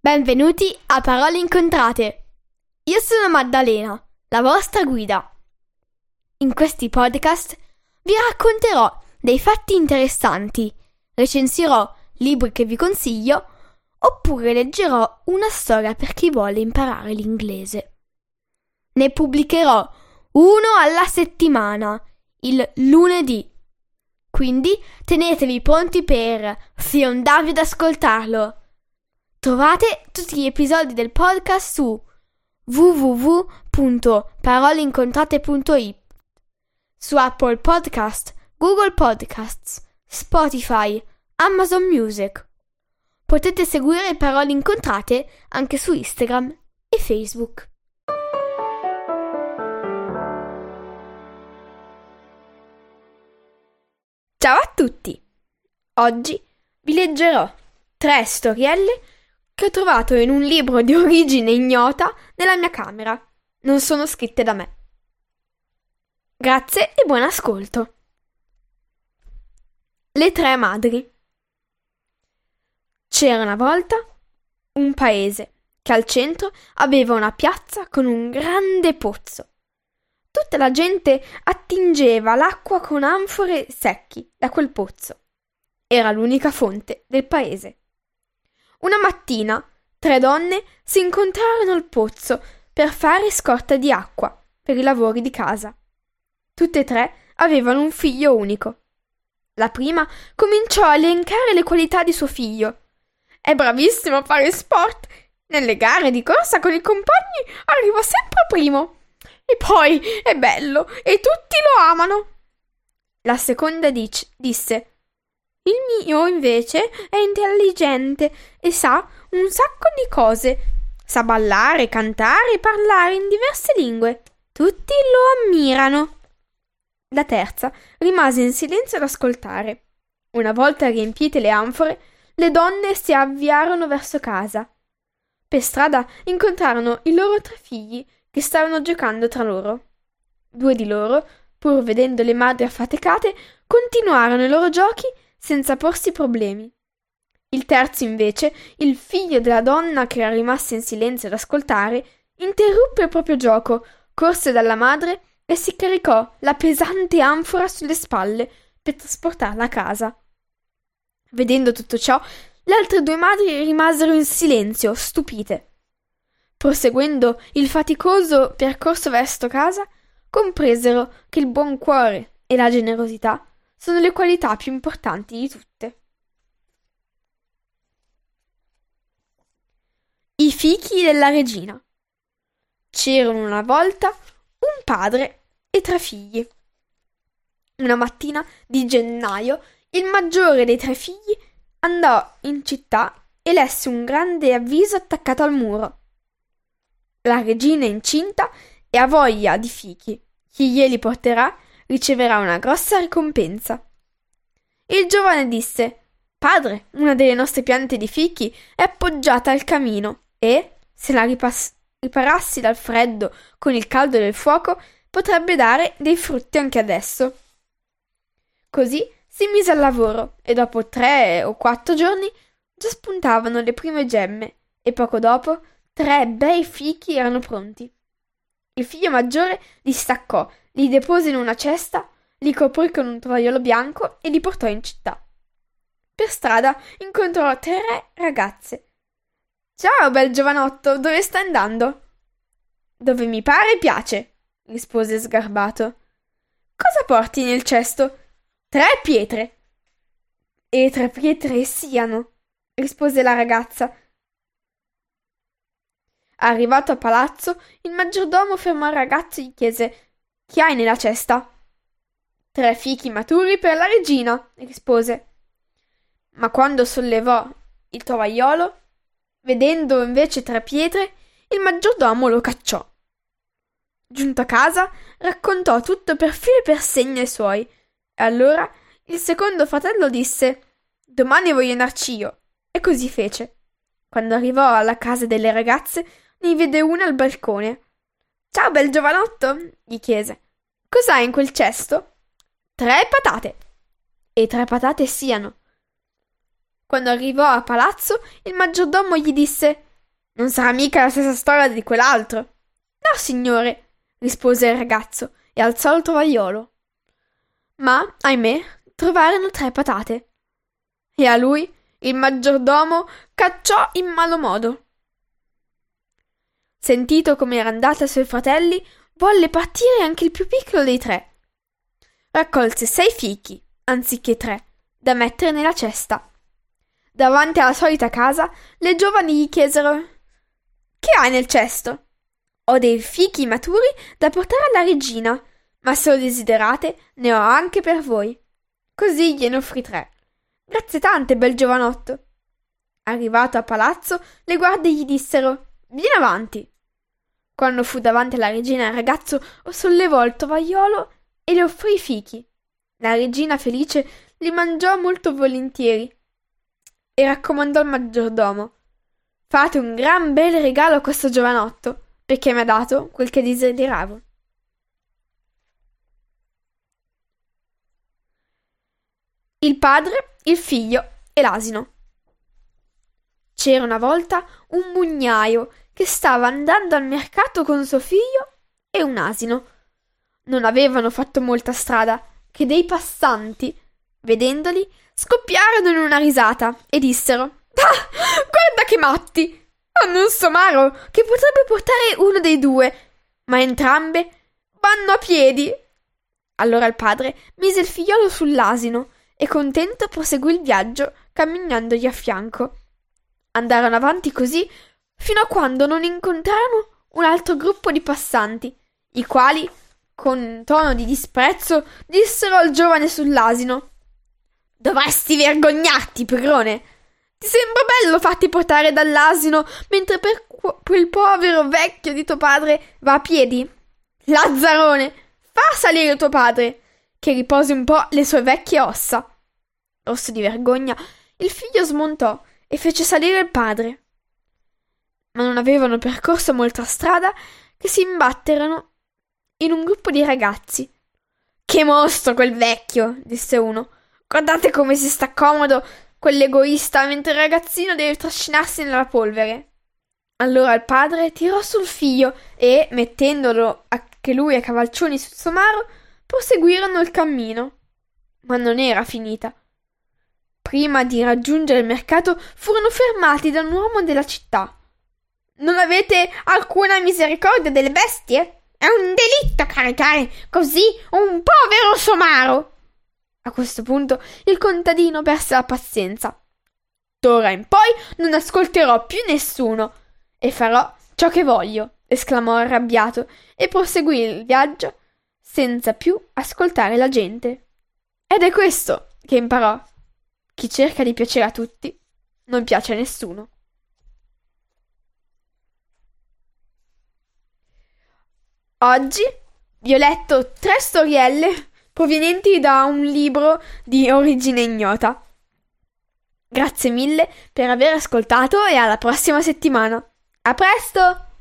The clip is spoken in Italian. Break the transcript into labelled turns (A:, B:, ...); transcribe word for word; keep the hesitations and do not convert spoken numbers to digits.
A: Benvenuti a Parole Incontrate. Io sono Maddalena, la vostra guida. In questi podcast vi racconterò dei fatti interessanti, recensirò libri che vi consiglio, oppure leggerò una storia per chi vuole imparare l'inglese. Ne pubblicherò uno alla settimana, il lunedì. Quindi tenetevi pronti per fiondarvi ad ascoltarlo. Trovate tutti gli episodi del podcast su w w w punto parole incontrate punto i t, su Apple Podcast, Google Podcasts, Spotify, Amazon Music. Potete seguire Parole Incontrate anche su Instagram e Facebook. Ciao a tutti! Oggi vi leggerò tre storielle che ho trovato in un libro di origine ignota nella mia camera. Non sono scritte da me. Grazie e buon ascolto. Le tre madri. C'era una volta un paese che al centro aveva una piazza con un grande pozzo. Tutta la gente attingeva l'acqua con anfore secchi da quel pozzo. Era l'unica fonte del paese. Una mattina tre donne si incontrarono al pozzo per fare scorta di acqua per i lavori di casa. Tutte e tre avevano un figlio unico. La prima cominciò a elencare le qualità di suo figlio. È bravissimo a fare sport. Nelle gare di corsa con i compagni arriva sempre primo. E poi è bello e tutti lo amano. La seconda dic- disse: il mio invece è intelligente e sa un sacco di cose. Sa ballare, cantare e parlare in diverse lingue. Tutti lo ammirano. La terza rimase in silenzio ad ascoltare. Una volta riempite le anfore, le donne si avviarono verso casa. Per strada incontrarono i loro tre figli che stavano giocando tra loro. Due di loro, pur vedendo le madri affaticate, continuarono i loro giochi senza porsi problemi. Il terzo, invece, il figlio della donna che era rimasta in silenzio ad ascoltare, interruppe il proprio gioco, corse dalla madre e si caricò la pesante anfora sulle spalle per trasportarla a casa. Vedendo tutto ciò, le altre due madri rimasero in silenzio, stupite. Proseguendo il faticoso percorso verso casa, compresero che il buon cuore e la generosità sono le qualità più importanti di tutte. I fichi della regina. C'erano una volta un padre e tre figli. Una mattina di gennaio il maggiore dei tre figli andò in città e lesse un grande avviso attaccato al muro. La regina è incinta e ha voglia di fichi. Chi glieli porterà riceverà una grossa ricompensa. Il giovane disse: padre, una delle nostre piante di fichi è appoggiata al camino e, se la ripas- riparassi dal freddo con il caldo del fuoco, potrebbe dare dei frutti anche adesso. Così si mise al lavoro e dopo tre o quattro giorni già spuntavano le prime gemme e poco dopo tre bei fichi erano pronti. Il figlio maggiore li staccò, li depose in una cesta, li coprì con un tovagliolo bianco e li portò in città. Per strada incontrò tre ragazze. «Ciao, bel giovanotto, dove stai andando?» «Dove mi pare e piace», rispose sgarbato. «Cosa porti nel cesto?» «Tre pietre». «E tre pietre siano», rispose la ragazza. Arrivato a palazzo, il maggiordomo fermò il ragazzo e gli chiese: «Chi hai nella cesta?» «Tre fichi maturi per la regina», rispose. Ma quando sollevò il tovagliolo, vedendo invece tre pietre, il maggiordomo lo cacciò. Giunto a casa, raccontò tutto per filo e per segno ai suoi, e allora il secondo fratello disse: «Domani voglio andarci io», e così fece. Quando arrivò alla casa delle ragazze, ne vide una al balcone. «Ciao, bel giovanotto», gli chiese. «Cos'hai in quel cesto?» «Tre patate». «E tre patate siano». Quando arrivò a palazzo, il maggiordomo gli disse: Non sarà mica la stessa storia di quell'altro. No, signore, rispose il ragazzo e alzò il tovagliolo. Ma, ahimè, trovarono tre patate. E a lui il maggiordomo cacciò in malo modo. Sentito come era andata ai suoi fratelli, volle partire anche il più piccolo dei tre. Raccolse sei fichi, anziché tre, da mettere nella cesta. Davanti alla solita casa, le giovani gli chiesero: «Che hai nel cesto?» «Ho dei fichi maturi da portare alla regina, ma se lo desiderate ne ho anche per voi». Così gliene offrì tre. «Grazie tante, bel giovanotto». Arrivato a palazzo, le guardie gli dissero: «Vieni avanti». Quando fu davanti alla regina, il ragazzo sollevò il tovagliolo e le offrì i fichi. La regina, felice, li mangiò molto volentieri e raccomandò al maggiordomo: «Fate un gran bel regalo a questo giovanotto, perché mi ha dato quel che desideravo». Il padre, il figlio e l'asino. C'era una volta un mugnaio che stava andando al mercato con suo figlio e un asino. Non avevano fatto molta strada che dei passanti, vedendoli, scoppiarono in una risata e dissero: «Ah, guarda che matti! Hanno un somaro che potrebbe portare uno dei due, ma entrambe vanno a piedi». Allora il padre mise il figliolo sull'asino e contento proseguì il viaggio camminandogli a fianco. Andarono avanti così fino a quando non incontrarono un altro gruppo di passanti, i quali, con un tono di disprezzo, dissero al giovane sull'asino: «Dovresti vergognarti, Perrone! Ti sembra bello farti portare dall'asino mentre per quel povero vecchio di tuo padre va a piedi? Lazzarone, fa salire tuo padre, che riposi un po' le sue vecchie ossa». Rosso di vergogna, il figlio smontò e fece salire il padre. Ma non avevano percorso molta strada che si imbatterono in un gruppo di ragazzi. «Che mostro quel vecchio!» disse uno. «Guardate come si sta comodo quell'egoista, mentre il ragazzino deve trascinarsi nella polvere». Allora il padre tirò sul figlio e, mettendolo anche lui a cavalcioni sul somaro, proseguirono il cammino. Ma non era finita. Prima di raggiungere il mercato furono fermati da un uomo della città. «Non avete alcuna misericordia delle bestie? È un delitto caricare così un povero somaro!» A questo punto il contadino perse la pazienza. «D'ora in poi non ascolterò più nessuno e farò ciò che voglio», esclamò arrabbiato e proseguì il viaggio senza più ascoltare la gente. Ed è questo che imparò: chi cerca di piacere a tutti non piace a nessuno. Oggi vi ho letto tre storielle provenienti da un libro di origine ignota. Grazie mille per aver ascoltato e alla prossima settimana. A presto!